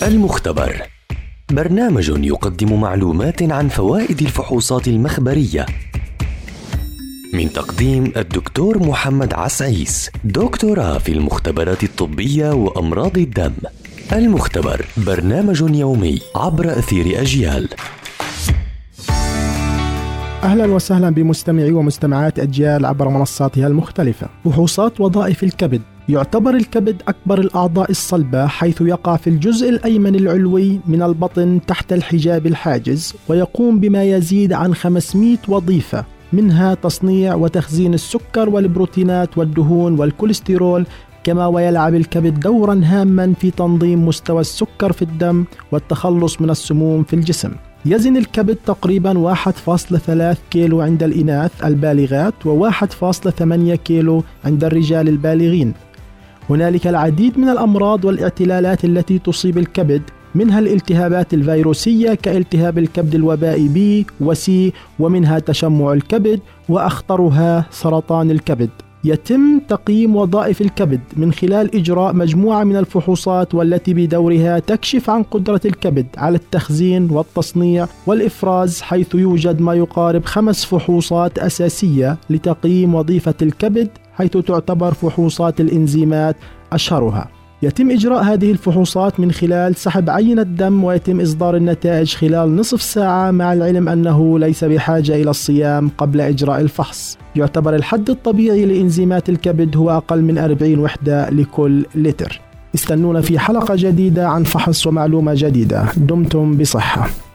المختبر، برنامج يقدم معلومات عن فوائد الفحوصات المخبرية، من تقديم الدكتور محمد عسعيس، دكتوراه في المختبرات الطبية وأمراض الدم. المختبر، برنامج يومي عبر أثير أجيال. أهلا وسهلا بمستمعي ومستمعات أجيال عبر منصاتها المختلفة. فحوصات وظائف الكبد. يعتبر الكبد أكبر الأعضاء الصلبة، حيث يقع في الجزء الأيمن العلوي من البطن تحت الحجاب الحاجز، ويقوم بما يزيد عن 500 وظيفة، منها تصنيع وتخزين السكر والبروتينات والدهون والكوليسترول، كما ويلعب الكبد دورا هاما في تنظيم مستوى السكر في الدم والتخلص من السموم في الجسم. يزن الكبد تقريبا 1.3 كيلو عند الإناث البالغات و1.8 كيلو عند الرجال البالغين. هنالك العديد من الأمراض والاعتلالات التي تصيب الكبد، منها الالتهابات الفيروسية كالتهاب الكبد الوبائي B وC، ومنها تشمع الكبد، وأخطرها سرطان الكبد. يتم تقييم وظائف الكبد من خلال إجراء مجموعة من الفحوصات، والتي بدورها تكشف عن قدرة الكبد على التخزين والتصنيع والإفراز، حيث يوجد ما يقارب 5 فحوصات أساسية لتقييم وظيفة الكبد، حيث تعتبر فحوصات الإنزيمات أشهرها. يتم إجراء هذه الفحوصات من خلال سحب عينة دم، ويتم إصدار النتائج خلال نصف ساعة، مع العلم أنه ليس بحاجة إلى الصيام قبل إجراء الفحص. يعتبر الحد الطبيعي لإنزيمات الكبد هو أقل من 40 وحدة لكل لتر. استنونا في حلقة جديدة عن فحص ومعلومة جديدة. دمتم بصحة.